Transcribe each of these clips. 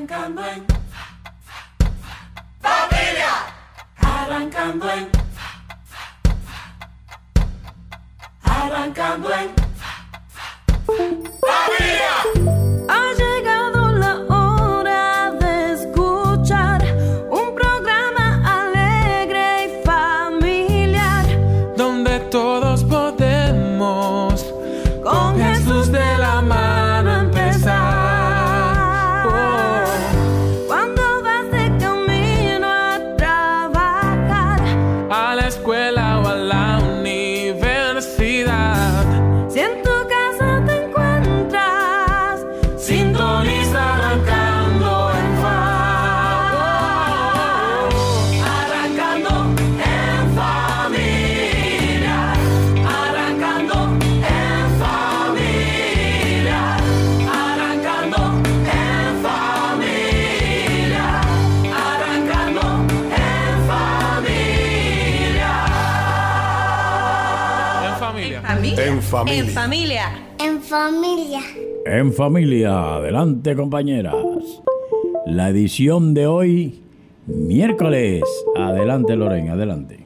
Arrancando en familia. Arrancando en familia. Ha llegado la hora de escuchar un programa alegre y familiar, donde todos podemos con Jesús de la mano empezar. Cuando vas de camino a trabajar, a la escuela o a la universidad, si en tu casa te encuentras, sintoniza Arrancando en Arrancando en familia. Arrancando en familia. Arrancando en familia. Arrancando en familia. en familia. En familia. En familia. En familia. En familia, adelante compañeras. La edición de hoy, miércoles. Adelante Lorena, adelante.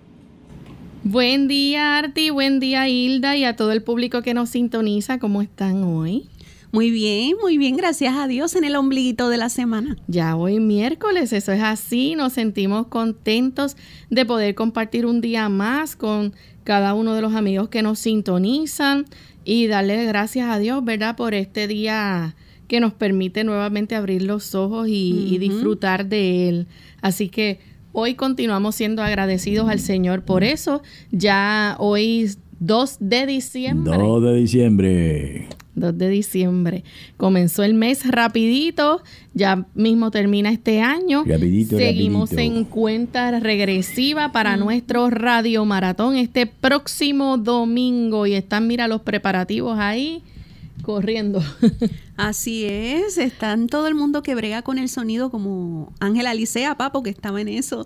Buen día Arti, buen día Hilda y a todo el público que nos sintoniza. ¿Cómo están hoy? Muy bien, gracias a Dios en el ombliguito de la semana. Ya hoy miércoles, eso es así. Nos sentimos contentos de poder compartir un día más con cada uno de los amigos que nos sintonizan y darle gracias a Dios, ¿verdad? Por este día que nos permite nuevamente abrir los ojos y disfrutar de él. Así que hoy continuamos siendo agradecidos al Señor por eso. Ya hoy 2 de diciembre. 2 de diciembre. 2 de diciembre. Comenzó el mes rapidito, ya mismo termina este año. Rapidito, Seguimos rapidito. en cuenta regresiva para nuestro radio maratón este próximo domingo. Y están, mira, los preparativos ahí corriendo. Así es, están todo el mundo que brega con el sonido como Ángela Alicea, Papo, que estaba en eso,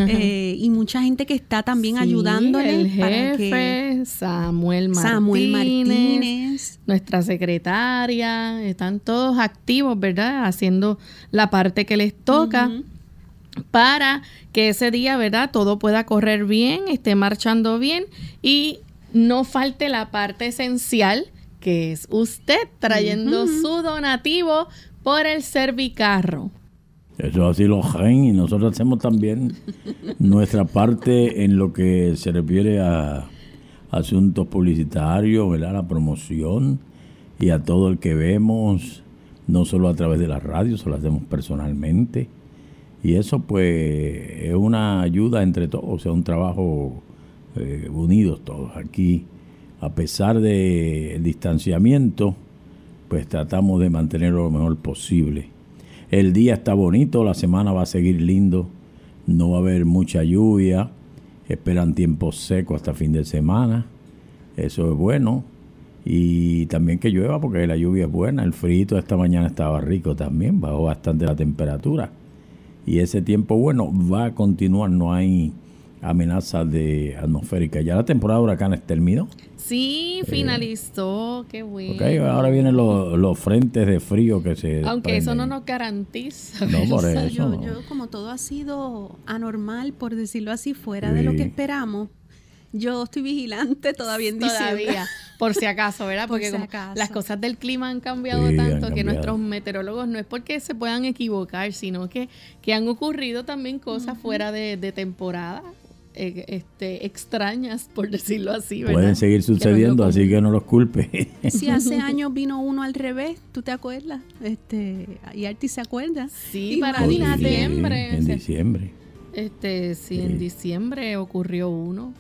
y mucha gente que está también Sí, ayudándole. el para jefe, que Samuel Martínez, nuestra secretaria, están todos activos, ¿verdad? Haciendo la parte que les toca. Para que ese día, ¿verdad? Todo pueda correr bien, esté marchando bien y no falte la parte esencial, que es usted trayendo su donativo por el Servicarro. Eso así lo gen y nosotros hacemos también nuestra parte en lo que se refiere a asuntos publicitarios, ¿verdad? La promoción y a todo el que vemos, no solo a través de la radio, eso lo hacemos personalmente. Y eso pues es una ayuda entre todos, o sea, un trabajo unidos todos aquí. A pesar del distanciamiento, pues tratamos de mantenerlo lo mejor posible. El día está bonito, la semana va a seguir lindo, no va a haber mucha lluvia, esperan tiempo seco hasta fin de semana, eso es bueno. Y también que llueva porque la lluvia es buena, el frío de esta mañana estaba rico también, bajó bastante la temperatura. Y ese tiempo bueno va a continuar, no hay amenazas de atmosférica. Ya la temporada de huracanes terminó. Sí, finalizó, qué bueno. Okay, ahora vienen los frentes de frío que se Aunque eso no desprenden. nos garantiza. No, por o sea, eso. yo como todo ha sido anormal, por decirlo así, fuera Sí. de lo que esperamos, yo estoy vigilante todavía en diciembre. Todavía, por si acaso, ¿verdad? Por Porque si como acaso. las cosas del clima han cambiado Sí, han tanto que cambiado. nuestros meteorólogos no es porque se puedan equivocar, sino que han ocurrido también cosas fuera de temporada, extrañas, por decirlo así, ¿verdad? Pueden seguir Que no es lo sucediendo, así común. que no los culpe. Si hace años vino uno al revés, ¿tú te acuerdas? Y Arti se acuerda. Sí, para Imagínate. diciembre. En o sea, diciembre. sí, en diciembre ocurrió uno.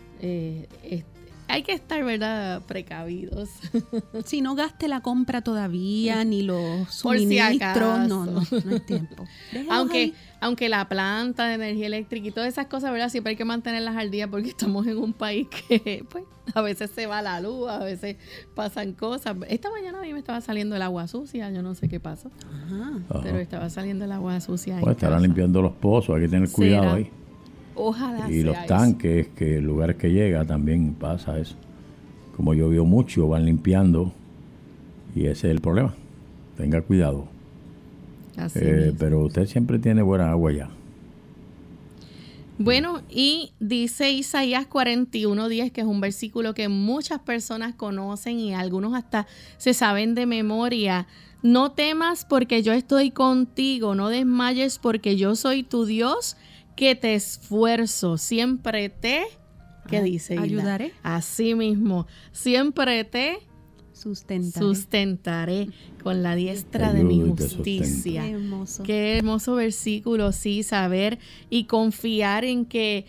Hay que estar, ¿verdad?, precavidos. Si no gaste la compra todavía, ni los Por si suministros, acaso. no es tiempo. Déjelos ahí. Aunque la planta de energía eléctrica y todas esas cosas, ¿verdad? Siempre hay que mantenerlas al día porque estamos en un país que, pues, a veces se va la luz, a veces pasan cosas. Esta mañana a mí me estaba saliendo el agua sucia, yo no sé qué pasó, Ajá. pero estaba saliendo el agua sucia. en Pues estarán casa. limpiando los pozos, hay que tener cuidado ¿Será? ahí. Ojalá Y sea los eso. tanques, que lugares que llega también pasa eso. Como llovió mucho, van limpiando y ese es el problema. Tenga cuidado. Así mismo. Pero usted siempre tiene buena agua ya. Bueno, y dice Isaías 41:10, que es un versículo que muchas personas conocen y algunos hasta se saben de memoria. No temas porque yo estoy contigo, no desmayes porque yo soy tu Dios, que te esfuerzo, siempre te, ¿qué dice Hilda? Ayudaré. Así mismo, siempre te sustentaré con la diestra de mi ayudo y te justicia. Qué hermoso. Qué hermoso versículo, sí, saber y confiar en que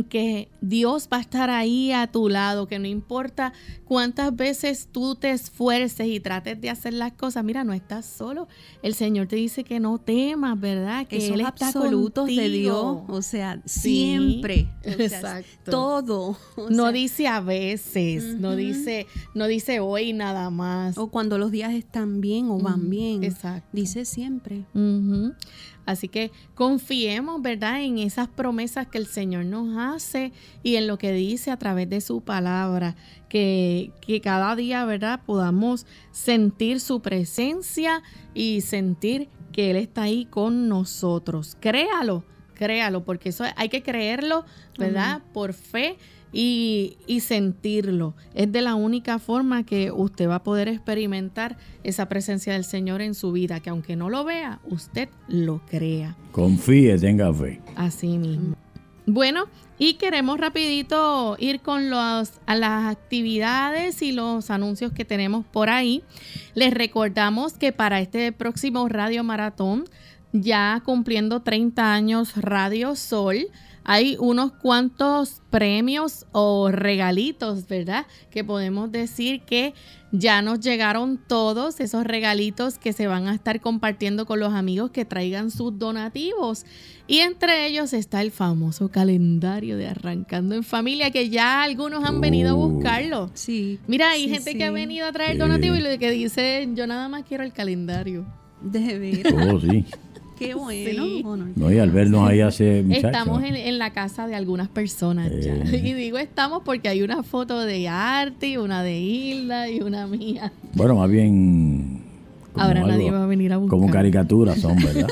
Dios va a estar ahí a tu lado, que no importa cuántas veces tú te esfuerces y trates de hacer las cosas, mira, no estás solo. El Señor te dice que no temas, ¿verdad? Que Esos Él está absolutos de contigo. Dios, o sea, Sí, siempre. O sea, exacto. todo. O No sea, dice a veces, no dice hoy nada más. o cuando los días están bien o van bien. Exacto. Dice siempre. Ujú. Así que confiemos, ¿verdad?, en esas promesas que el Señor nos hace y en lo que dice a través de su palabra, que cada día, ¿verdad?, podamos sentir su presencia y sentir que Él está ahí con nosotros. Créalo, porque eso hay que creerlo, ¿verdad?, por fe y sentirlo. Es de la única forma que usted va a poder experimentar esa presencia del Señor en su vida, que aunque no lo vea, usted lo crea. Confíe, tenga fe. Así mismo. Bueno, y queremos rapidito ir con a las actividades y los anuncios que tenemos por ahí. Les recordamos que para este próximo Radio Maratón, ya cumpliendo 30 años Radio Sol, hay unos cuantos premios o regalitos, ¿verdad? Que podemos decir que ya nos llegaron todos esos regalitos que se van a estar compartiendo con los amigos que traigan sus donativos. Y entre ellos está el famoso calendario de Arrancando en Familia, que ya algunos han venido a buscarlo. Sí. Mira, hay Sí, gente sí. que ha venido a traer Sí. donativo y lo que dice, yo nada más quiero el calendario. De veras. Oh, sí. Qué bueno. Sí. Bueno, No, y al vernos ahí hace muchachos. Estamos en la casa de algunas personas ya. Y digo estamos porque hay una foto de Arti, una de Hilda y una mía. Bueno, más bien... como Ahora algo- nadie va a venir a buscar. Como caricaturas son, ¿verdad?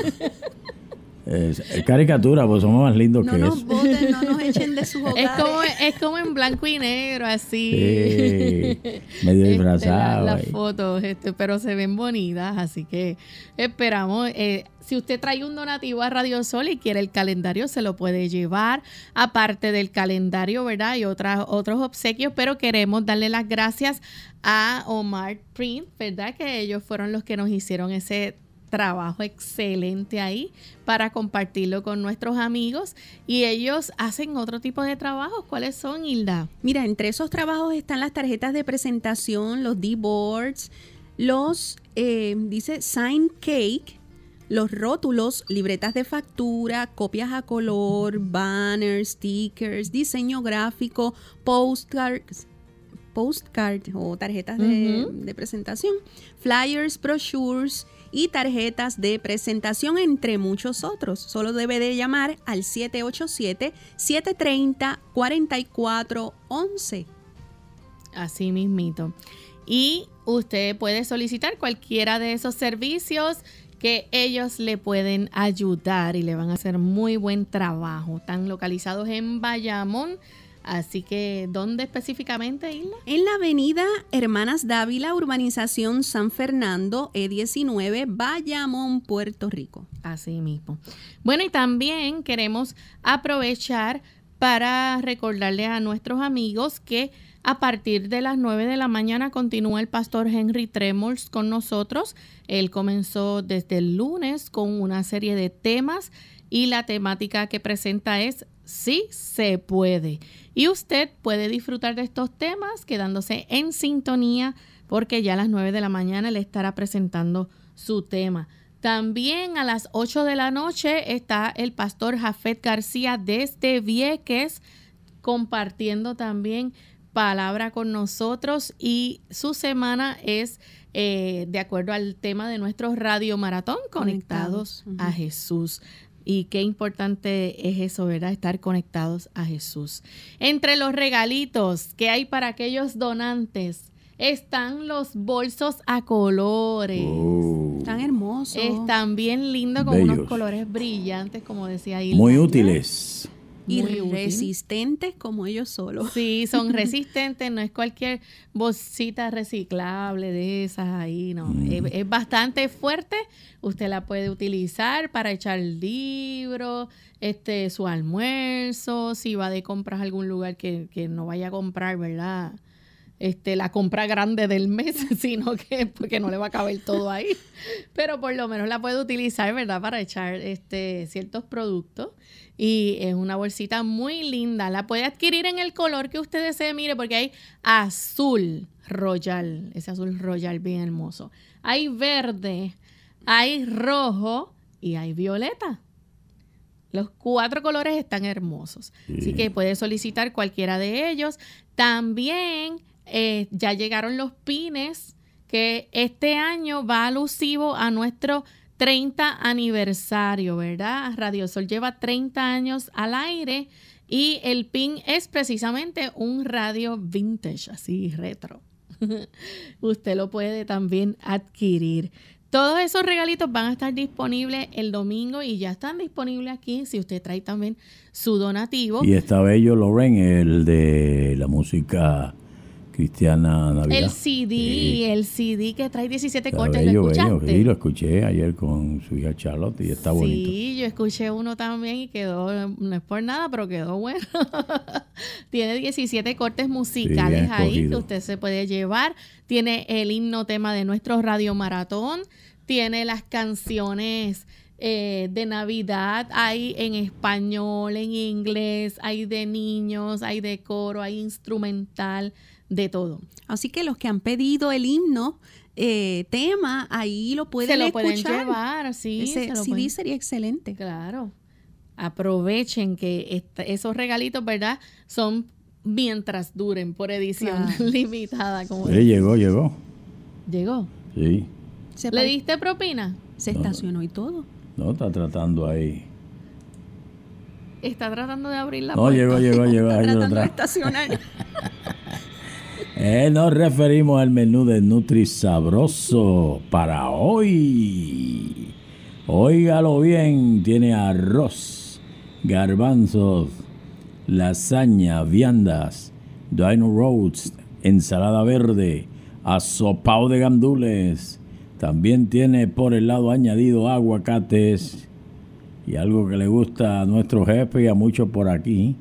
Es caricatura, pues somos más lindos no que nos eso. voten, no nos echen de sus hogares. Es como en blanco y negro, así. Sí, medio disfrazado. Las ahí. fotos, pero se ven bonitas, así que esperamos. Si usted trae un donativo a Radio Sol y quiere el calendario, se lo puede llevar. Aparte del calendario, ¿verdad? Y otros obsequios, pero queremos darle las gracias a Omar Print, ¿verdad? Que ellos fueron los que nos hicieron ese trabajo excelente ahí para compartirlo con nuestros amigos, y ellos hacen otro tipo de trabajos. ¿Cuáles son, Hilda? Mira, entre esos trabajos están las tarjetas de presentación, los D-boards, los, dice, sign cake, los rótulos, libretas de factura, copias a color, banners, stickers, diseño gráfico, postcard o tarjetas de presentación, flyers, brochures y tarjetas de presentación, entre muchos otros. Solo debe de llamar al 787-730-4411. Así mismito. Y usted puede solicitar cualquiera de esos servicios que ellos le pueden ayudar y le van a hacer muy buen trabajo. Están localizados en Bayamón. Así que, ¿dónde específicamente, Isla? En la avenida Hermanas Dávila, urbanización San Fernando, E19, Bayamón, Puerto Rico. Así mismo. Bueno, y también queremos aprovechar para recordarle a nuestros amigos que a partir de las 9 de la mañana continúa el pastor Henry Tremols con nosotros. Él comenzó desde el lunes con una serie de temas y la temática que presenta es Sí se puede. Y usted puede disfrutar de estos temas quedándose en sintonía, porque ya a las 9 de la mañana le estará presentando su tema. También a las 8 de la noche está el pastor Jafet García desde Vieques compartiendo también palabra con nosotros, y su semana es de acuerdo al tema de nuestro Radio Maratón, Conectados a Jesús. Y qué importante es eso, ¿verdad? Estar conectados a Jesús. Entre los regalitos que hay para aquellos donantes, Están los bolsos a colores. Tan hermosos. Están bien lindos con Bellos. unos colores brillantes, como decía Hilda. Muy útiles. Y Muy útil. resistentes como ellos solos. Sí, son resistentes, no es cualquier bolsita reciclable de esas ahí, no. Es bastante fuerte, usted la puede utilizar para echar libros, su almuerzo, si va de compras a algún lugar que no vaya a comprar, ¿verdad? La compra grande del mes, sino que porque no le va a caber todo ahí. Pero por lo menos la puede utilizar, ¿verdad? Para echar ciertos productos. Y es una bolsita muy linda. La puede adquirir en el color que usted desee, mire, porque hay azul royal, ese azul royal bien hermoso. Hay verde, hay rojo y hay violeta. Los 4 colores están hermosos. Sí. Así que puede solicitar cualquiera de ellos. También ya llegaron los pines, que este año va alusivo a nuestro 30 aniversario, ¿verdad? Radio Sol lleva 30 años al aire y el pin es precisamente un radio vintage, así retro. Usted lo puede también adquirir. Todos esos regalitos van a estar disponibles el domingo y ya están disponibles aquí si usted trae también su donativo. Y está bello, Loren, el de la música cristiana Navidad. El CD que trae 17 Está cortes, bello, ¿lo bello. escuchaste? Sí, lo escuché ayer con su hija Charlotte y está bonito. Sí, yo escuché uno también y quedó, no es por nada, pero quedó bueno. Tiene 17 cortes musicales bien ahí que escogido. usted se puede llevar. Tiene el himno tema de nuestro Radio Maratón. Tiene las canciones de Navidad. Hay en español, en inglés, hay de niños, hay de coro, hay instrumental, de todo. Así que los que han pedido el himno tema, ahí lo pueden Se lo escuchar. pueden llevar, sí. Ese se lo CD pueden- sería excelente. Claro. Aprovechen que esos regalitos, ¿verdad? Son mientras duren por edición Claro. limitada. Como Sí, llegó. llegó. Sí. ¿Le diste propina? Se estacionó y todo. No, está tratando ahí. Está tratando de abrir la No, puerta. llegó. Está Ahí lo tratando de trae. estacionar. Nos referimos al menú de Nutri Sabroso para hoy. Óigalo bien, tiene arroz, garbanzos, lasaña, viandas, dino roast, ensalada verde, asopao de gandules. También tiene por el lado añadido aguacates y algo que le gusta a nuestro jefe y a muchos por aquí.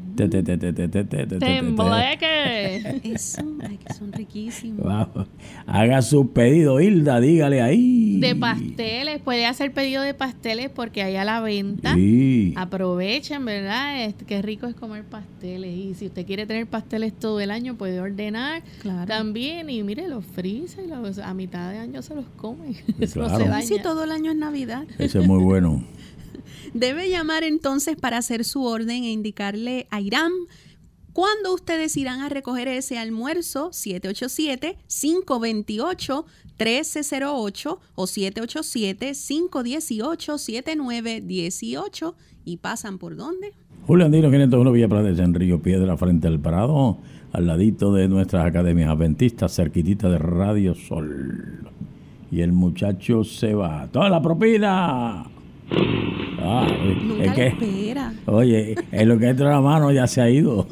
¡Tembleque! Eso, ay, que son riquísimos. Vamos, haga su pedido, Hilda, dígale ahí. De pasteles, puede hacer pedido de pasteles porque hay a la venta. Sí. Aprovechen, ¿verdad? Qué rico es comer pasteles. Y si usted quiere tener pasteles todo el año, puede ordenar Claro. también. Y mire, los frisa y a mitad de año se los come. Eso no Claro. se Y daña. si todo el año es Navidad. Ese es muy bueno. Debe llamar entonces para hacer su orden e indicarle a Irán cuándo ustedes irán a recoger ese almuerzo. 787-528-1308 o 787-518-7918 y pasan por dónde. Julio Andino, 501 Villa Prades en Río Piedra, frente al Prado, al ladito de nuestras academias adventistas, cerquitita de Radio Sol. Y el muchacho se va. ¡Toda la propina! Ah, Nunca es le que, espera. oye, en lo que entra la mano ya se ha ido.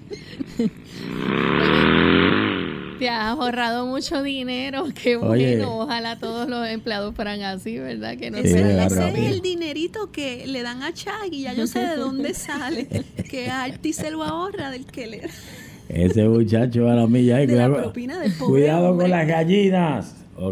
Te has ahorrado mucho dinero. Qué Oye. bueno. Ojalá todos los empleados fueran así, ¿verdad? Que no Sí, sean la Ese es propina. el dinerito que le dan a Chagui, ya yo sé de dónde sale, que Arti se lo ahorra del que le Ese muchacho a la milla. de la propina del pobre Cuidado hombre. con las gallinas. Ok.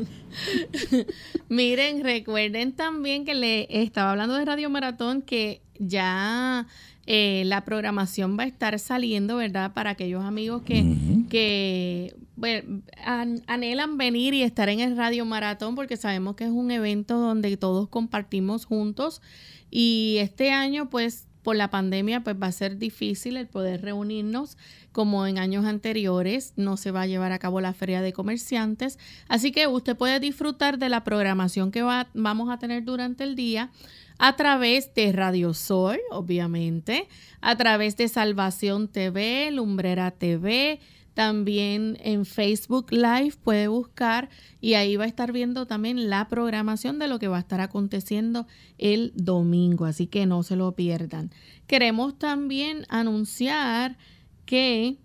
Miren, recuerden también que le estaba hablando de Radio Maratón que ya la programación va a estar saliendo, ¿verdad? Para aquellos amigos que bueno, anhelan venir y estar en el Radio Maratón porque sabemos que es un evento donde todos compartimos juntos y este año pues por la pandemia pues va a ser difícil el poder reunirnos como en años anteriores. No se va a llevar a cabo la feria de comerciantes, así que usted puede disfrutar de la programación que vamos a tener durante el día a través de Radio Sol, obviamente, a través de Salvación TV, Lumbrera TV, También en Facebook Live puede buscar y ahí va a estar viendo también la programación de lo que va a estar aconteciendo el domingo, así que no se lo pierdan. Queremos también anunciar que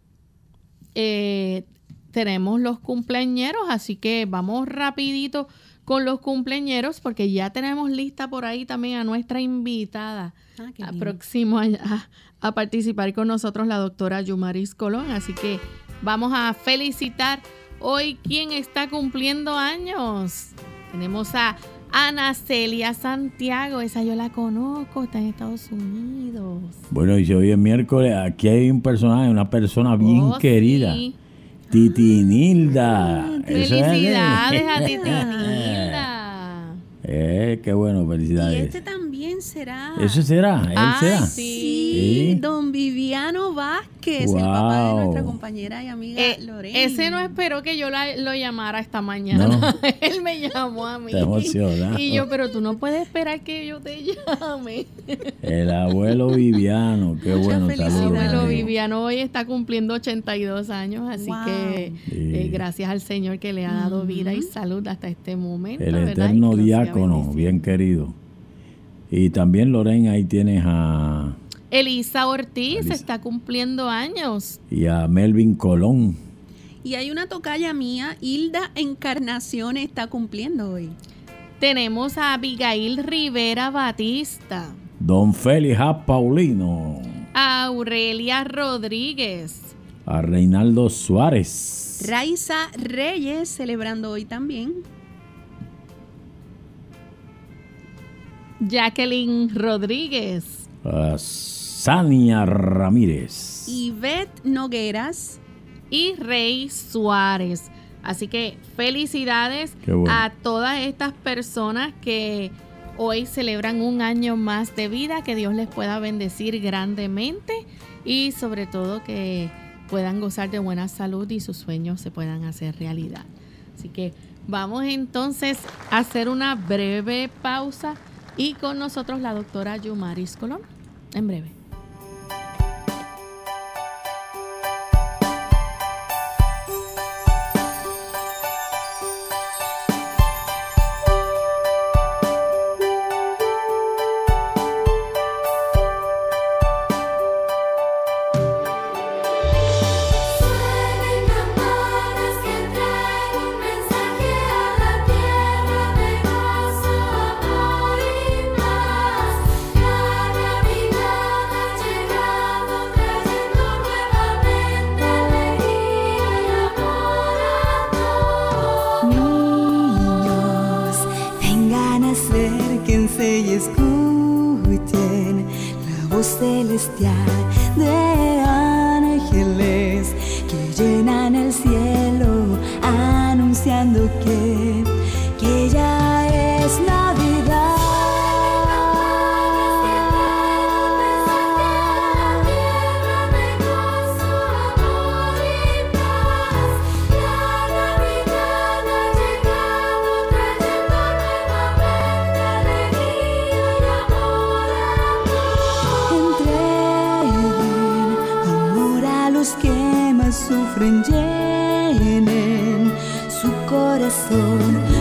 tenemos los cumpleañeros, así que vamos rapidito con los cumpleañeros porque ya tenemos lista por ahí también a nuestra invitada próximo a participar con nosotros, la doctora Yumaris Colón, así que vamos a felicitar hoy quien está cumpliendo años. Tenemos a Ana Celia Santiago, esa yo la conozco, está en Estados Unidos. Bueno, y si hoy es miércoles, aquí hay un personaje, una persona bien querida. Sí. Titi Nilda. Felicidades a Titi Nilda. Qué bueno, felicidades. Y este también será. ¿Eso será? ¿Él será? Sí, don Viviano Vázquez, Wow. el papá de nuestra compañera y amiga Lorena. Ese no esperó que yo lo llamara esta mañana. No. Él me llamó a mí. Te emocionado. Y yo, pero tú no puedes esperar que yo te llame. El abuelo Viviano, qué bueno, felicidades. saludos. Abuelo amigo. Viviano hoy está cumpliendo 82 años, así Wow. que Sí. gracias al Señor que le ha dado vida y salud hasta este momento. El ¿verdad? eterno Y que nos siga diácono, bendiciendo. bien querido. Y también, Lorena, ahí tienes a Elisa Ortiz está cumpliendo años. Melvin Colón. Y hay una tocaya mía, Hilda Encarnación, está cumpliendo hoy. Tenemos a Abigail Rivera Batista, Don Félix A. Paulino. a Aurelia Rodríguez, A Reinaldo Suárez. Raiza Reyes celebrando hoy también. Jacqueline Rodríguez, A Sania Ramírez. Ivette Nogueras. y Rey Suárez. Así que felicidades Qué bueno. a todas estas personas que hoy celebran un año más de vida, que Dios les pueda bendecir grandemente y sobre todo que puedan gozar de buena salud y sus sueños se puedan hacer realidad. Así que vamos entonces a hacer una breve pausa y con nosotros la doctora Yumaris Colón en breve. Suenen campanas que traen un mensaje a la tierra de gozo, amor y paz. La Navidad ha llegado trayendo nuevamente alegría y amor a todos. Niños, vengan, acérquense y escuchen la voz celestial de ángeles que llenan el cielo anunciando que ya es Navidad. Entreguen amor a los que más sufren, llenen su corazón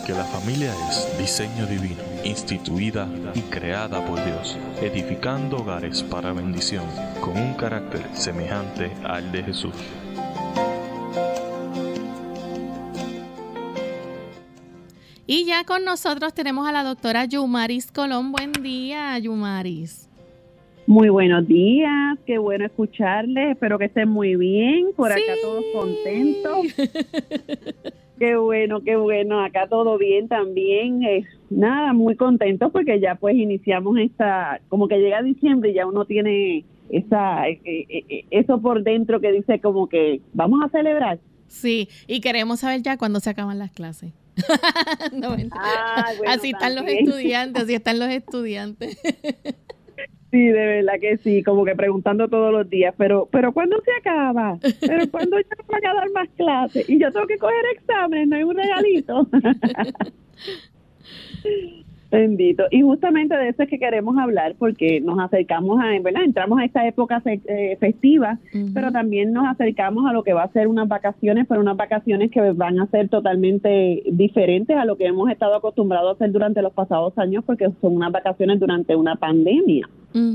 que la familia es diseño divino, instituida y creada por Dios, edificando hogares para bendición, con un carácter semejante al de Jesús. Y ya con nosotros tenemos a la doctora Yumaris Colón. Buen día, Yumaris. Muy buenos días, qué bueno escucharles, espero que estén muy bien, por acá Sí. todos contentos. Qué bueno, acá todo bien también. Nada, muy contentos porque ya pues iniciamos como que llega diciembre y ya uno tiene eso por dentro que dice como que vamos a celebrar. Sí, y queremos saber ya cuándo se acaban las clases. No, mentira. Bueno, así están los también. estudiantes, así están los estudiantes. Sí, de verdad que sí, como que preguntando todos los días, pero ¿cuándo se acaba? ¿Pero cuándo ya no van a dar más clases? Y yo tengo que coger exámenes, no hay un regalito. Bendito. Y justamente de eso es que queremos hablar, porque nos acercamos ¿verdad? Entramos a esta época festiva, pero también nos acercamos a lo que va a ser unas vacaciones, pero unas vacaciones que van a ser totalmente diferentes a lo que hemos estado acostumbrados a hacer durante los pasados años, porque son unas vacaciones durante una pandemia.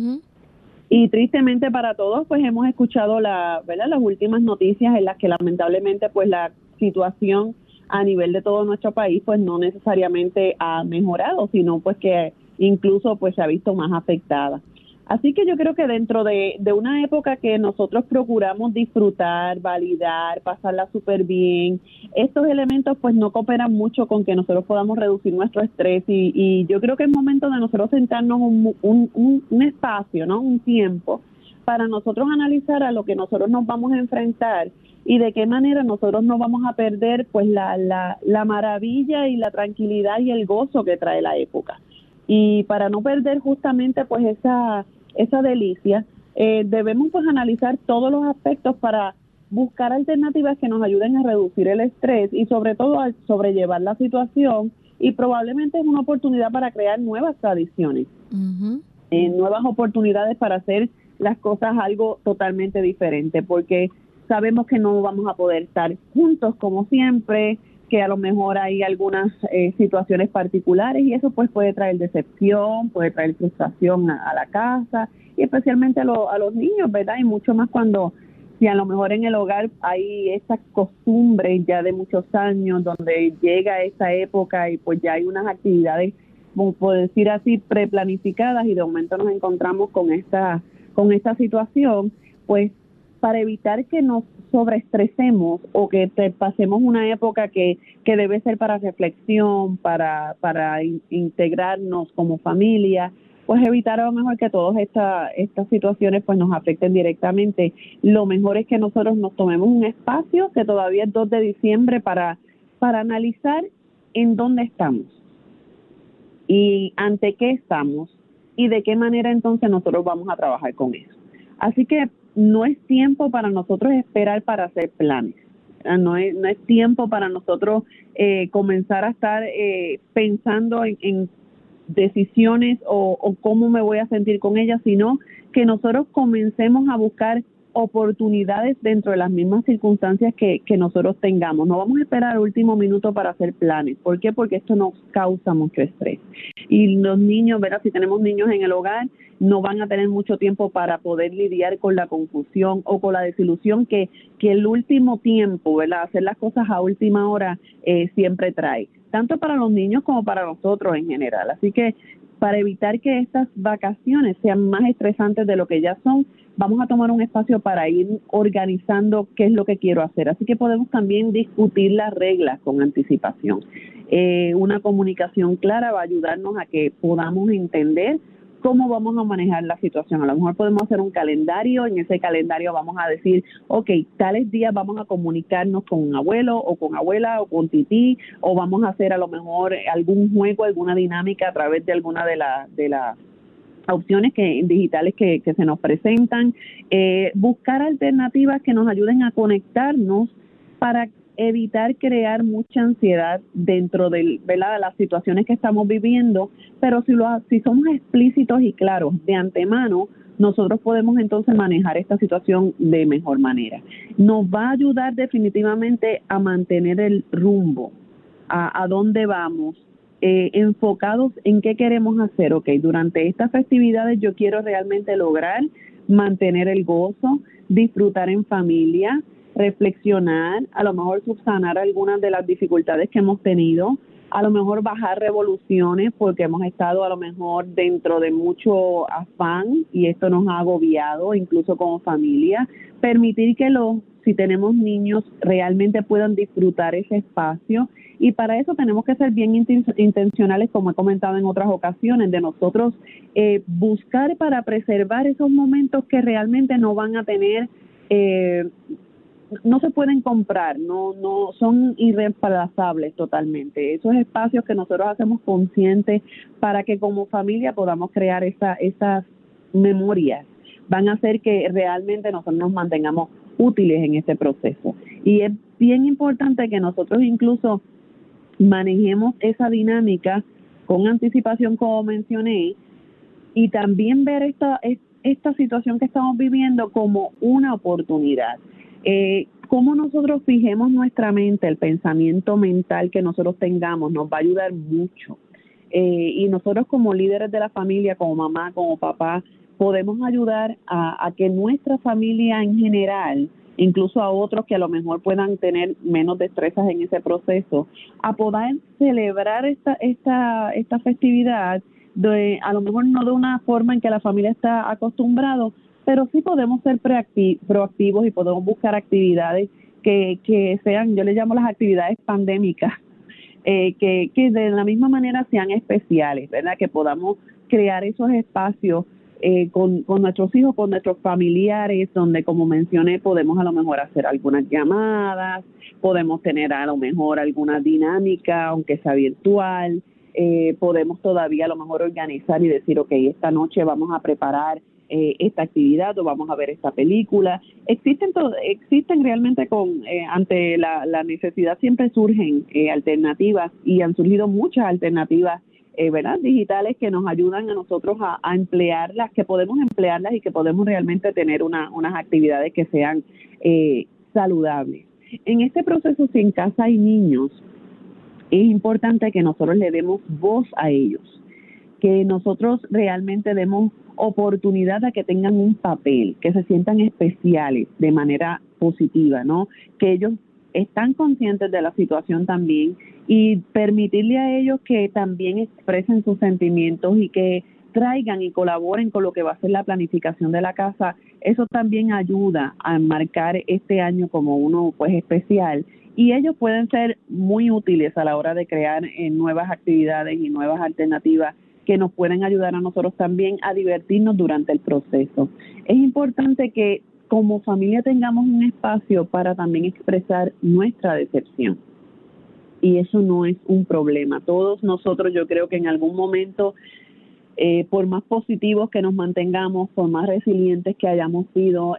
Y tristemente para todos, pues hemos escuchado ¿verdad? Las últimas noticias en las que lamentablemente pues la situación a nivel de todo nuestro país pues no necesariamente ha mejorado, sino pues que incluso pues se ha visto más afectada. Así que yo creo que dentro de una época que nosotros procuramos disfrutar, validar, pasarla súper bien, estos elementos pues no cooperan mucho con que nosotros podamos reducir nuestro estrés y yo creo que es momento de nosotros sentarnos un espacio, ¿no? Un tiempo para nosotros analizar a lo que nosotros nos vamos a enfrentar y de qué manera nosotros no vamos a perder pues la maravilla y la tranquilidad y el gozo que trae la época. Y para no perder justamente pues esa delicia, debemos pues analizar todos los aspectos para buscar alternativas que nos ayuden a reducir el estrés y sobre todo a sobrellevar la situación, y probablemente es una oportunidad para crear nuevas tradiciones, nuevas oportunidades para hacer las cosas algo totalmente diferente, porque sabemos que no vamos a poder estar juntos como siempre, que a lo mejor hay algunas situaciones particulares y eso pues puede traer decepción, puede traer frustración a la casa y especialmente a los niños, ¿verdad? Y mucho más cuando si a lo mejor en el hogar hay esa costumbre ya de muchos años donde llega esa época y pues ya hay unas actividades, como por decir así, preplanificadas y de momento nos encontramos con esta situación, pues para evitar que nos sobreestresemos o que pasemos una época que debe ser para reflexión, para integrarnos como familia, pues evitar a lo mejor que todas estas situaciones pues nos afecten directamente. Lo mejor es que nosotros nos tomemos un espacio, que todavía es 2 de diciembre, para analizar en dónde estamos y ante qué estamos y de qué manera entonces nosotros vamos a trabajar con eso. Así que no es tiempo para nosotros esperar para hacer planes. No es tiempo para nosotros comenzar a estar pensando en decisiones o cómo me voy a sentir con ellas, sino que nosotros comencemos a buscar oportunidades dentro de las mismas circunstancias que nosotros tengamos. No vamos a esperar al último minuto para hacer planes. ¿Por qué? Porque esto nos causa mucho estrés. Y los niños, ¿verdad? Si tenemos niños en el hogar, no van a tener mucho tiempo para poder lidiar con la confusión o con la desilusión que el último tiempo, ¿verdad? Hacer las cosas a última hora siempre trae, tanto para los niños como para nosotros en general. Así que para evitar que estas vacaciones sean más estresantes de lo que ya son, vamos a tomar un espacio para ir organizando qué es lo que quiero hacer. Así que podemos también discutir las reglas con anticipación. Una comunicación clara va a ayudarnos a que podamos entender cómo vamos a manejar la situación. A lo mejor podemos hacer un calendario, en ese calendario vamos a decir, ok, tales días vamos a comunicarnos con un abuelo o con abuela o con tití, o vamos a hacer a lo mejor algún juego, alguna dinámica a través de alguna de las opciones digitales que se nos presentan, buscar alternativas que nos ayuden a conectarnos para evitar crear mucha ansiedad dentro de las situaciones que estamos viviendo, pero si somos explícitos y claros de antemano, nosotros podemos entonces manejar esta situación de mejor manera. Nos va a ayudar definitivamente a mantener el rumbo a dónde vamos, enfocados en qué queremos hacer. Ok, durante estas festividades yo quiero realmente lograr mantener el gozo, disfrutar en familia, reflexionar, a lo mejor subsanar algunas de las dificultades que hemos tenido, a lo mejor bajar revoluciones porque hemos estado a lo mejor dentro de mucho afán y esto nos ha agobiado incluso como familia, permitir que si tenemos niños realmente puedan disfrutar ese espacio, y para eso tenemos que ser bien intencionales, como he comentado en otras ocasiones, de nosotros buscar para preservar esos momentos que realmente no van a tener no se pueden comprar, no son irreemplazables totalmente. Esos espacios que nosotros hacemos conscientes para que como familia podamos crear esas memorias van a hacer que realmente nosotros nos mantengamos útiles en este proceso. Y es bien importante que nosotros incluso manejemos esa dinámica con anticipación, como mencioné, y también ver esta situación que estamos viviendo como una oportunidad. Cómo nosotros fijemos nuestra mente, el pensamiento mental que nosotros tengamos nos va a ayudar mucho. Y nosotros como líderes de la familia, como mamá, como papá, podemos ayudar a que nuestra familia en general, incluso a otros que a lo mejor puedan tener menos destrezas en ese proceso, a poder celebrar esta festividad, a lo mejor no de una forma en que la familia está acostumbrado, pero sí podemos ser proactivos y podemos buscar actividades que sean, yo le llamo las actividades pandémicas, que de la misma manera sean especiales, ¿verdad? Que podamos crear esos espacios con nuestros hijos, con nuestros familiares, donde, como mencioné, podemos a lo mejor hacer algunas llamadas, podemos tener a lo mejor alguna dinámica, aunque sea virtual, podemos todavía a lo mejor organizar y decir, ok, esta noche vamos a preparar esta actividad o vamos a ver esta película. Existen realmente ante la necesidad siempre surgen alternativas, y han surgido muchas alternativas ¿verdad? Digitales que nos ayudan a nosotros a emplearlas, que podemos emplearlas y que podemos realmente tener unas actividades que sean saludables. En este proceso, si en casa hay niños, es importante que nosotros le demos voz a ellos, que nosotros realmente demos oportunidad a que tengan un papel, que se sientan especiales de manera positiva, ¿no? Que ellos están conscientes de la situación también, y permitirle a ellos que también expresen sus sentimientos y que traigan y colaboren con lo que va a ser la planificación de la casa. Eso también ayuda a marcar este año como uno pues especial, y ellos pueden ser muy útiles a la hora de crear nuevas actividades y nuevas alternativas que nos pueden ayudar a nosotros también a divertirnos durante el proceso. Es importante que como familia tengamos un espacio para también expresar nuestra decepción, y eso no es un problema. Todos nosotros, yo creo que en algún momento, por más positivos que nos mantengamos, por más resilientes que hayamos sido,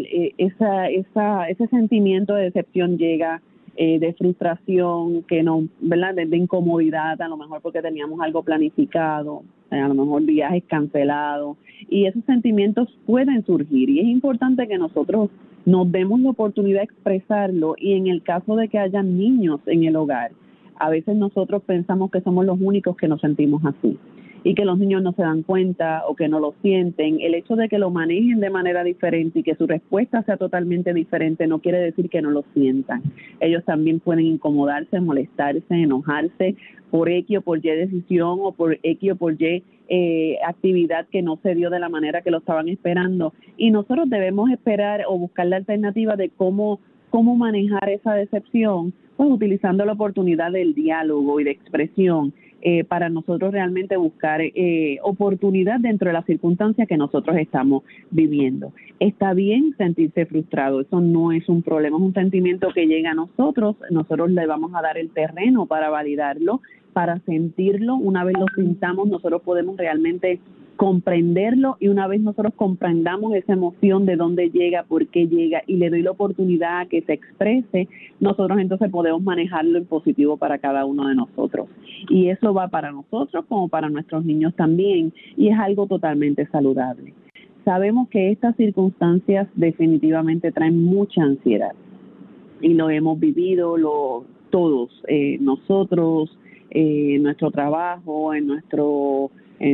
ese sentimiento de decepción llega, de frustración, que no, ¿verdad? De incomodidad, a lo mejor porque teníamos algo planificado, a lo mejor viajes cancelados, y esos sentimientos pueden surgir, y es importante que nosotros nos demos la oportunidad de expresarlo. Y en el caso de que haya niños en el hogar, a veces nosotros pensamos que somos los únicos que nos sentimos así, y que los niños no se dan cuenta o que no lo sienten. El hecho de que lo manejen de manera diferente y que su respuesta sea totalmente diferente no quiere decir que no lo sientan. Ellos también pueden incomodarse, molestarse, enojarse por X o por Y decisión, o por X o por Y actividad que no se dio de la manera que lo estaban esperando. Y nosotros debemos esperar o buscar la alternativa de cómo manejar esa decepción, pues utilizando la oportunidad del diálogo y de expresión, para nosotros realmente buscar oportunidad dentro de las circunstancias que nosotros estamos viviendo. Está bien sentirse frustrado, eso no es un problema, es un sentimiento que llega a nosotros le vamos a dar el terreno para validarlo, para sentirlo. Una vez lo sintamos, nosotros podemos realmente comprenderlo, y una vez nosotros comprendamos esa emoción, de dónde llega, por qué llega, y le doy la oportunidad a que se exprese, nosotros entonces podemos manejarlo en positivo para cada uno de nosotros, y eso va para nosotros como para nuestros niños también, y es algo totalmente saludable. Sabemos que estas circunstancias definitivamente traen mucha ansiedad, y lo hemos vivido, todos, nosotros, nuestro trabajo, en nuestro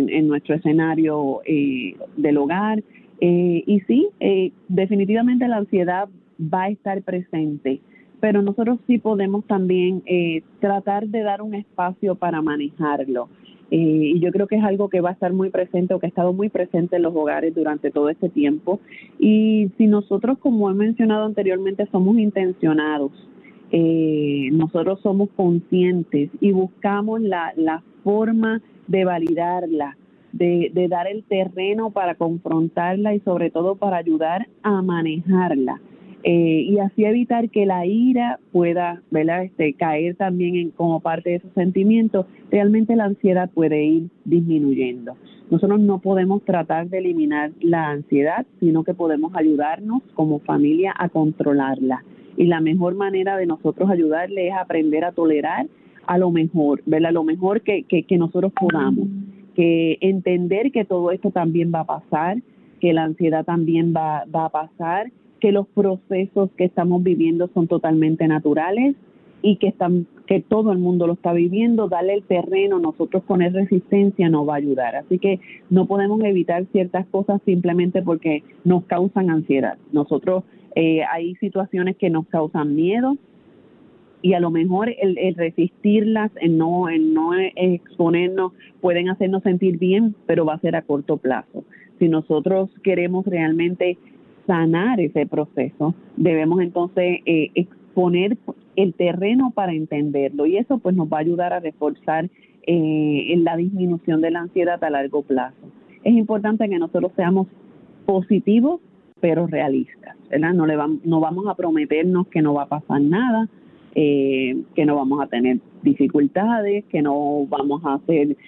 escenario del hogar. Y sí, definitivamente la ansiedad va a estar presente, pero nosotros sí podemos también tratar de dar un espacio para manejarlo. Y yo creo que es algo que va a estar muy presente o que ha estado muy presente en los hogares durante todo este tiempo. Y si nosotros, como he mencionado anteriormente, somos intencionados, nosotros somos conscientes y buscamos la forma de validarla, de dar el terreno para confrontarla y sobre todo para ayudar a manejarla. Y así evitar que la ira pueda, ¿verdad?, caer también como parte de esos sentimientos, realmente la ansiedad puede ir disminuyendo. Nosotros no podemos tratar de eliminar la ansiedad, sino que podemos ayudarnos como familia a controlarla. Y la mejor manera de nosotros ayudarle es aprender a tolerar a lo mejor, ¿verdad?, lo mejor que nosotros podamos, que entender que todo esto también va a pasar, que la ansiedad también va a pasar, que los procesos que estamos viviendo son totalmente naturales y que todo el mundo lo está viviendo. Darle el terreno, nosotros poner resistencia nos va a ayudar. Así que no podemos evitar ciertas cosas simplemente porque nos causan ansiedad. Nosotros hay situaciones que nos causan miedo y a lo mejor el resistirlas, el no exponernos, pueden hacernos sentir bien, pero va a ser a corto plazo. Si nosotros queremos realmente sanar ese proceso, debemos entonces exponer el terreno para entenderlo, y eso pues nos va a ayudar a reforzar en la disminución de la ansiedad a largo plazo. Es importante que nosotros seamos positivos pero realistas, ¿verdad? No vamos a prometernos que no va a pasar nada, que no vamos a tener dificultades, que no vamos a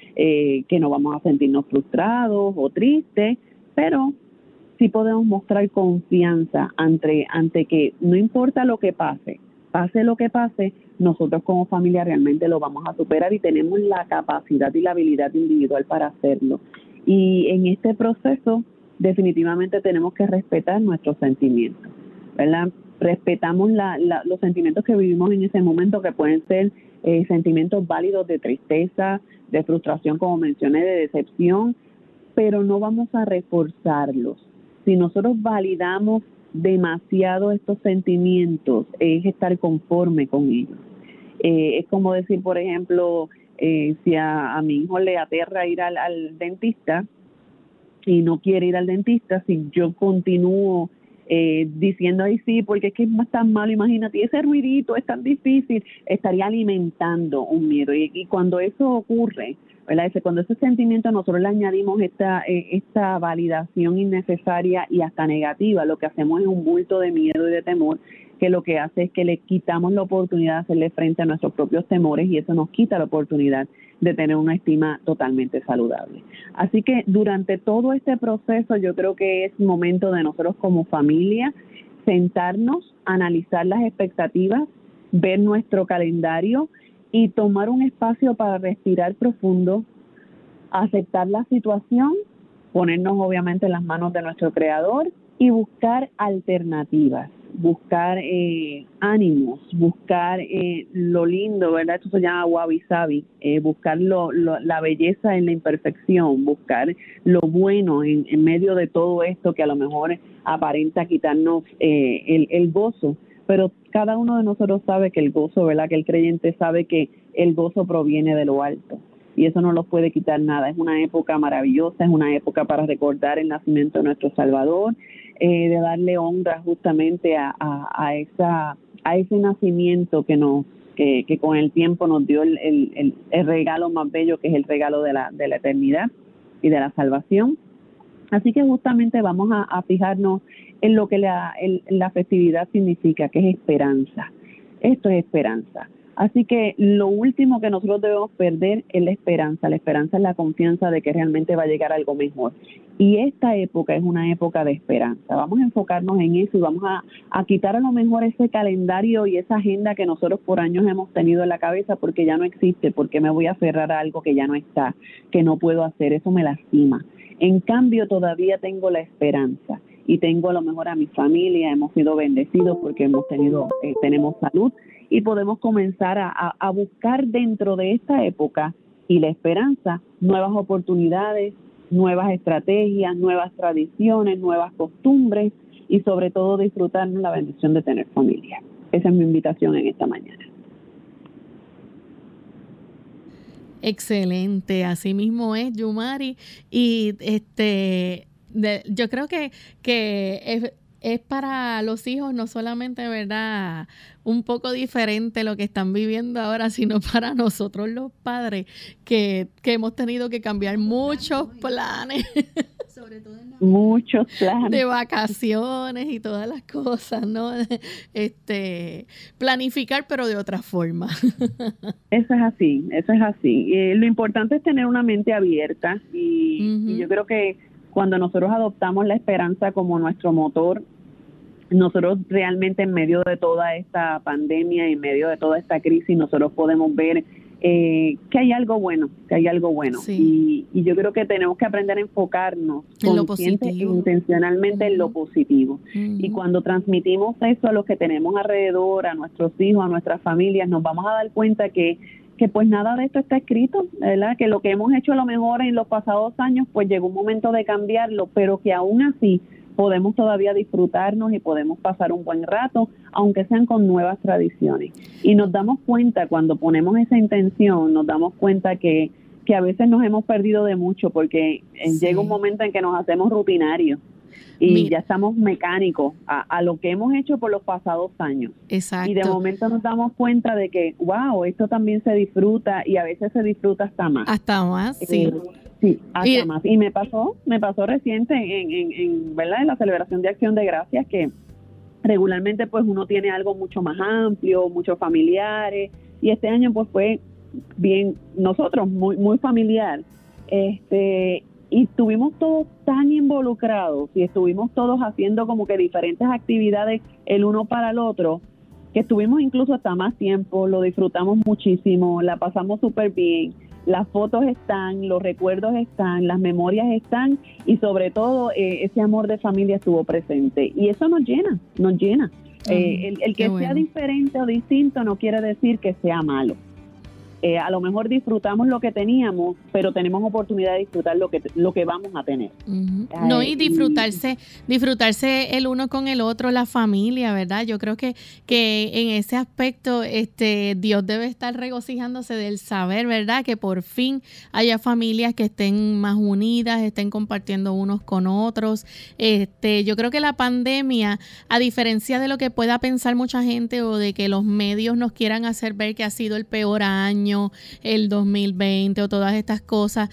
sentirnos frustrados o tristes, pero sí podemos mostrar confianza ante que no importa lo que pase lo que pase, nosotros como familia realmente lo vamos a superar y tenemos la capacidad y la habilidad individual para hacerlo. Y en este proceso definitivamente tenemos que respetar nuestros sentimientos, ¿verdad? Respetamos los sentimientos que vivimos en ese momento, que pueden ser sentimientos válidos de tristeza, de frustración, como mencioné, de decepción, pero no vamos a reforzarlos. Si nosotros validamos demasiado estos sentimientos, es estar conforme con ellos. Es como decir, por ejemplo, si a mi hijo le aterra ir al dentista y no quiere ir al dentista, si yo continúo diciendo, ay sí, porque es que es tan malo, imagínate, ese ruidito es tan difícil, estaría alimentando un miedo. Y cuando eso ocurre, ¿verdad? Cuando ese sentimiento nosotros le añadimos esta validación innecesaria y hasta negativa, lo que hacemos es un bulto de miedo y de temor, que lo que hace es que le quitamos la oportunidad de hacerle frente a nuestros propios temores, y eso nos quita la oportunidad de tener una estima totalmente saludable. Así que durante todo este proceso yo creo que es momento de nosotros como familia sentarnos, analizar las expectativas, ver nuestro calendario y tomar un espacio para respirar profundo, aceptar la situación, ponernos obviamente en las manos de nuestro Creador y buscar alternativas, buscar ánimos, buscar lo lindo, ¿verdad? Esto se llama wabi-sabi, buscar la belleza en la imperfección, buscar lo bueno en medio de todo esto que a lo mejor aparenta quitarnos el gozo. Pero cada uno de nosotros sabe que el gozo, ¿verdad?, que el creyente sabe que el gozo proviene de lo alto y eso no lo puede quitar nada. Es una época maravillosa, es una época para recordar el nacimiento de nuestro Salvador, de darle honra justamente a ese nacimiento que con el tiempo nos dio el regalo más bello, que es el regalo de la eternidad y de la salvación. Así que justamente vamos a fijarnos en lo que la festividad significa, que es esperanza. Esto es esperanza. Así que lo último que nosotros debemos perder es la esperanza. La esperanza es la confianza de que realmente va a llegar algo mejor. Y esta época es una época de esperanza. Vamos a enfocarnos en eso y vamos a quitar a lo mejor ese calendario y esa agenda que nosotros por años hemos tenido en la cabeza, porque ya no existe, porque me voy a aferrar a algo que ya no está, que no puedo hacer. Eso me lastima. En cambio, todavía tengo la esperanza y tengo a lo mejor a mi familia, hemos sido bendecidos porque tenemos salud y podemos comenzar a buscar dentro de esta época y la esperanza nuevas oportunidades, nuevas estrategias, nuevas tradiciones, nuevas costumbres y sobre todo disfrutarnos la bendición de tener familia. Esa es mi invitación en esta mañana. Excelente, así mismo es, Yumari. Y yo creo que es para los hijos no solamente, ¿verdad?, un poco diferente lo que están viviendo ahora, sino para nosotros los padres que hemos tenido que cambiar muchos planes. Sobre todo en muchos planes de vacaciones y todas las cosas, ¿no? Planificar, pero de otra forma. Eso es así, eso es así. Lo importante es tener una mente abierta y yo creo que cuando nosotros adoptamos la esperanza como nuestro motor, nosotros realmente en medio de toda esta pandemia, en medio de toda esta crisis, nosotros podemos ver que hay algo bueno, Sí. Y yo creo que tenemos que aprender a enfocarnos consciente e intencionalmente en lo positivo. Y cuando transmitimos eso a los que tenemos alrededor, a nuestros hijos, a nuestras familias, nos vamos a dar cuenta que pues nada de esto está escrito, ¿verdad? Que lo que hemos hecho a lo mejor en los pasados años, pues llegó un momento de cambiarlo, pero que aún así podemos todavía disfrutarnos y podemos pasar un buen rato, aunque sean con nuevas tradiciones. Y nos damos cuenta, cuando ponemos esa intención, nos damos cuenta que a veces nos hemos perdido de mucho, porque llega un momento en que nos hacemos rutinarios y ya estamos mecánicos a lo que hemos hecho por los pasados años. Exacto. Y de momento nos damos cuenta de que, wow, esto también se disfruta y a veces se disfruta hasta más. Hasta más, sí. Sí, hasta más. Y me pasó reciente en ¿verdad?, en la celebración de Acción de Gracias, que regularmente pues uno tiene algo mucho más amplio, muchos familiares, y este año pues fue bien, nosotros muy familiar, y estuvimos todos tan involucrados y estuvimos todos haciendo como que diferentes actividades el uno para el otro, que estuvimos incluso hasta más tiempo, lo disfrutamos muchísimo, la pasamos súper bien. Las fotos están, los recuerdos están, las memorias están y sobre todo ese amor de familia estuvo presente. Y eso nos llena. El que sea diferente o distinto no quiere decir que sea malo. A lo mejor disfrutamos lo que teníamos, pero tenemos oportunidad de disfrutar lo que vamos a tener. No, y disfrutarse el uno con el otro, la familia, ¿verdad? Yo creo que en ese aspecto Dios debe estar regocijándose del saber, ¿verdad? Que por fin haya familias que estén más unidas, estén compartiendo unos con otros. Yo creo que la pandemia, a diferencia de lo que pueda pensar mucha gente o de que los medios nos quieran hacer ver que ha sido el peor año, el 2020 o todas estas cosas,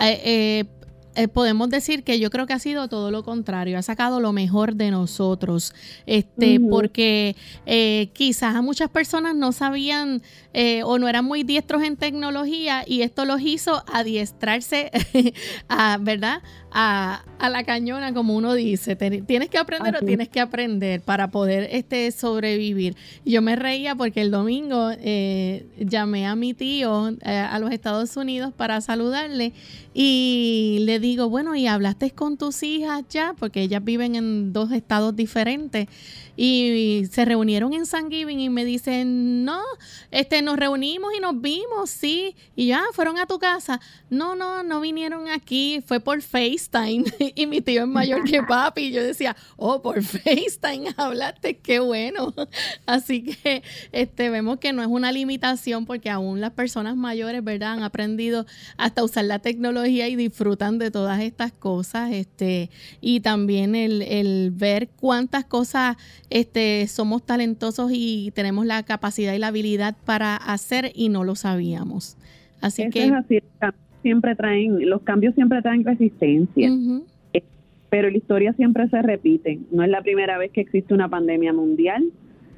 podemos decir que yo creo que ha sido todo lo contrario, ha sacado lo mejor de nosotros, porque quizás a muchas personas no sabían o no eran muy diestros en tecnología y esto los hizo adiestrarse ¿verdad? A la cañona, como uno dice. Tienes que aprender o tienes que aprender para poder sobrevivir. Yo me reía porque el domingo llamé a mi tío a los Estados Unidos para saludarle y le digo, bueno, ¿y hablaste con tus hijas ya? Porque ellas viven en 2 estados diferentes y se reunieron en Thanksgiving y me dicen, no, nos reunimos y nos vimos, sí, y ya fueron a tu casa. No vinieron aquí, fue por FaceTime y mi tío es mayor que papi y yo decía, por FaceTime hablaste, qué bueno. Así que vemos que no es una limitación porque aún las personas mayores, ¿verdad?, han aprendido hasta usar la tecnología y disfrutan de todas estas cosas, y también el ver cuántas cosas somos talentosos y tenemos la capacidad y la habilidad para hacer y no lo sabíamos. Así eso que es así, los cambios siempre traen resistencia, pero la historia siempre se repite. No es la primera vez que existe una pandemia mundial.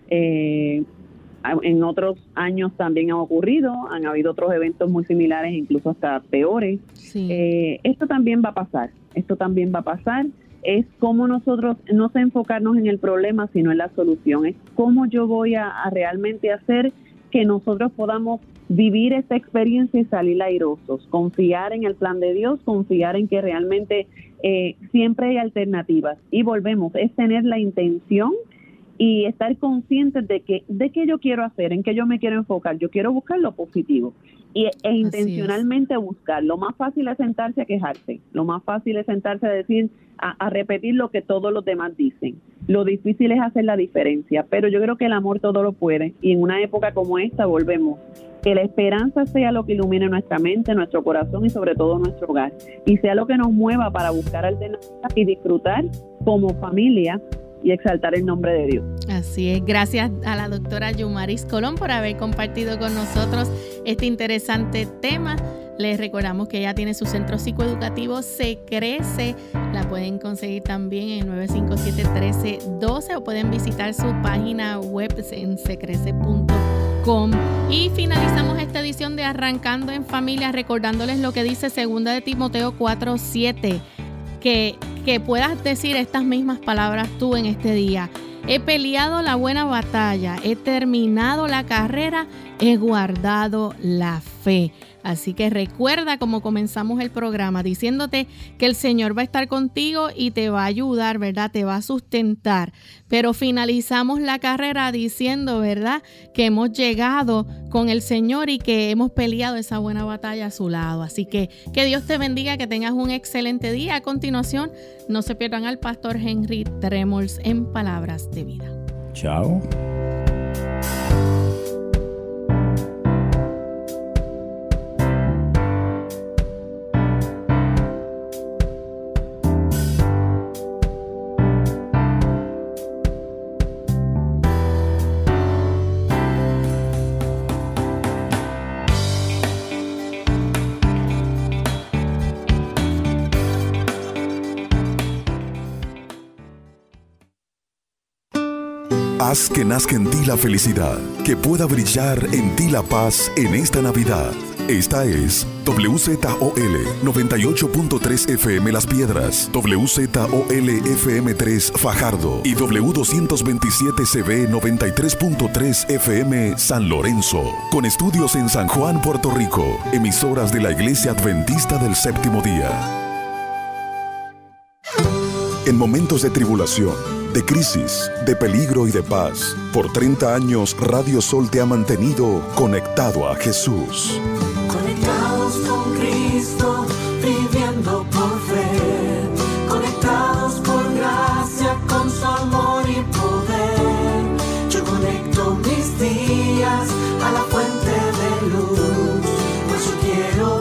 En otros años también ha ocurrido, han habido otros eventos muy similares, incluso hasta peores. Sí. Esto también va a pasar. Es cómo nosotros no sé enfocarnos en el problema, sino en la solución. Es cómo yo voy a realmente hacer que nosotros podamos vivir esta experiencia y salir airosos, confiar en el plan de Dios, confiar en que realmente siempre hay alternativas. Y volvemos, es tener la intención y estar conscientes de qué yo quiero hacer, en qué yo me quiero enfocar. Yo quiero buscar lo positivo e intencionalmente buscar. Lo más fácil es sentarse a quejarse, lo más fácil es sentarse a decir, a repetir lo que todos los demás dicen. Lo difícil es hacer la diferencia, pero yo creo que el amor todo lo puede, y en una época como esta volvemos. Que la esperanza sea lo que ilumine nuestra mente, nuestro corazón y sobre todo nuestro hogar, y sea lo que nos mueva para buscar alternativas y disfrutar como familia y exaltar el nombre de Dios. Así es, gracias a la doctora Yumaris Colón por haber compartido con nosotros este interesante tema. Les recordamos que ella tiene su centro psicoeducativo Se Crece, la pueden conseguir también en 957-1312 o pueden visitar su página web en secrece.com. Y finalizamos esta edición de Arrancando en Familia recordándoles lo que dice 2 de Timoteo 4:7, que puedas decir estas mismas palabras tú en este día. He peleado la buena batalla, he terminado la carrera, he guardado la fe. Así que recuerda cómo comenzamos el programa diciéndote que el Señor va a estar contigo y te va a ayudar, ¿verdad? Te va a sustentar. Pero finalizamos la carrera diciendo, ¿verdad?, que hemos llegado con el Señor y que hemos peleado esa buena batalla a su lado. Así que Dios te bendiga, que tengas un excelente día. A continuación, no se pierdan al pastor Henry Tremols en Palabras de Vida. Chao. Haz que nazca en ti la felicidad, que pueda brillar en ti la paz en esta Navidad. Esta es WZOL 98.3 FM Las Piedras, WZOL FM 3 Fajardo y W227CB 93.3 FM San Lorenzo. Con estudios en San Juan, Puerto Rico, emisoras de la Iglesia Adventista del Séptimo Día. En momentos de tribulación, de crisis, de peligro y de paz, por 30 años Radio Sol te ha mantenido conectado a Jesús. Conectados con Cristo, viviendo por fe, conectados por gracia, con su amor y poder. Yo conecto mis días a la fuente de luz, pues yo quiero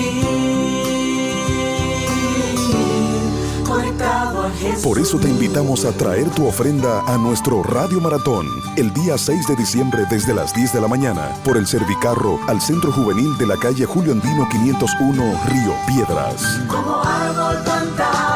vivir conectado a Jesús. Por eso te invitamos a traer tu ofrenda a nuestro Radio Maratón el día 6 de diciembre desde las 10 de la mañana por el Servicarro al Centro Juvenil de la calle Julio Andino 501, Río Piedras. Como árbol plantado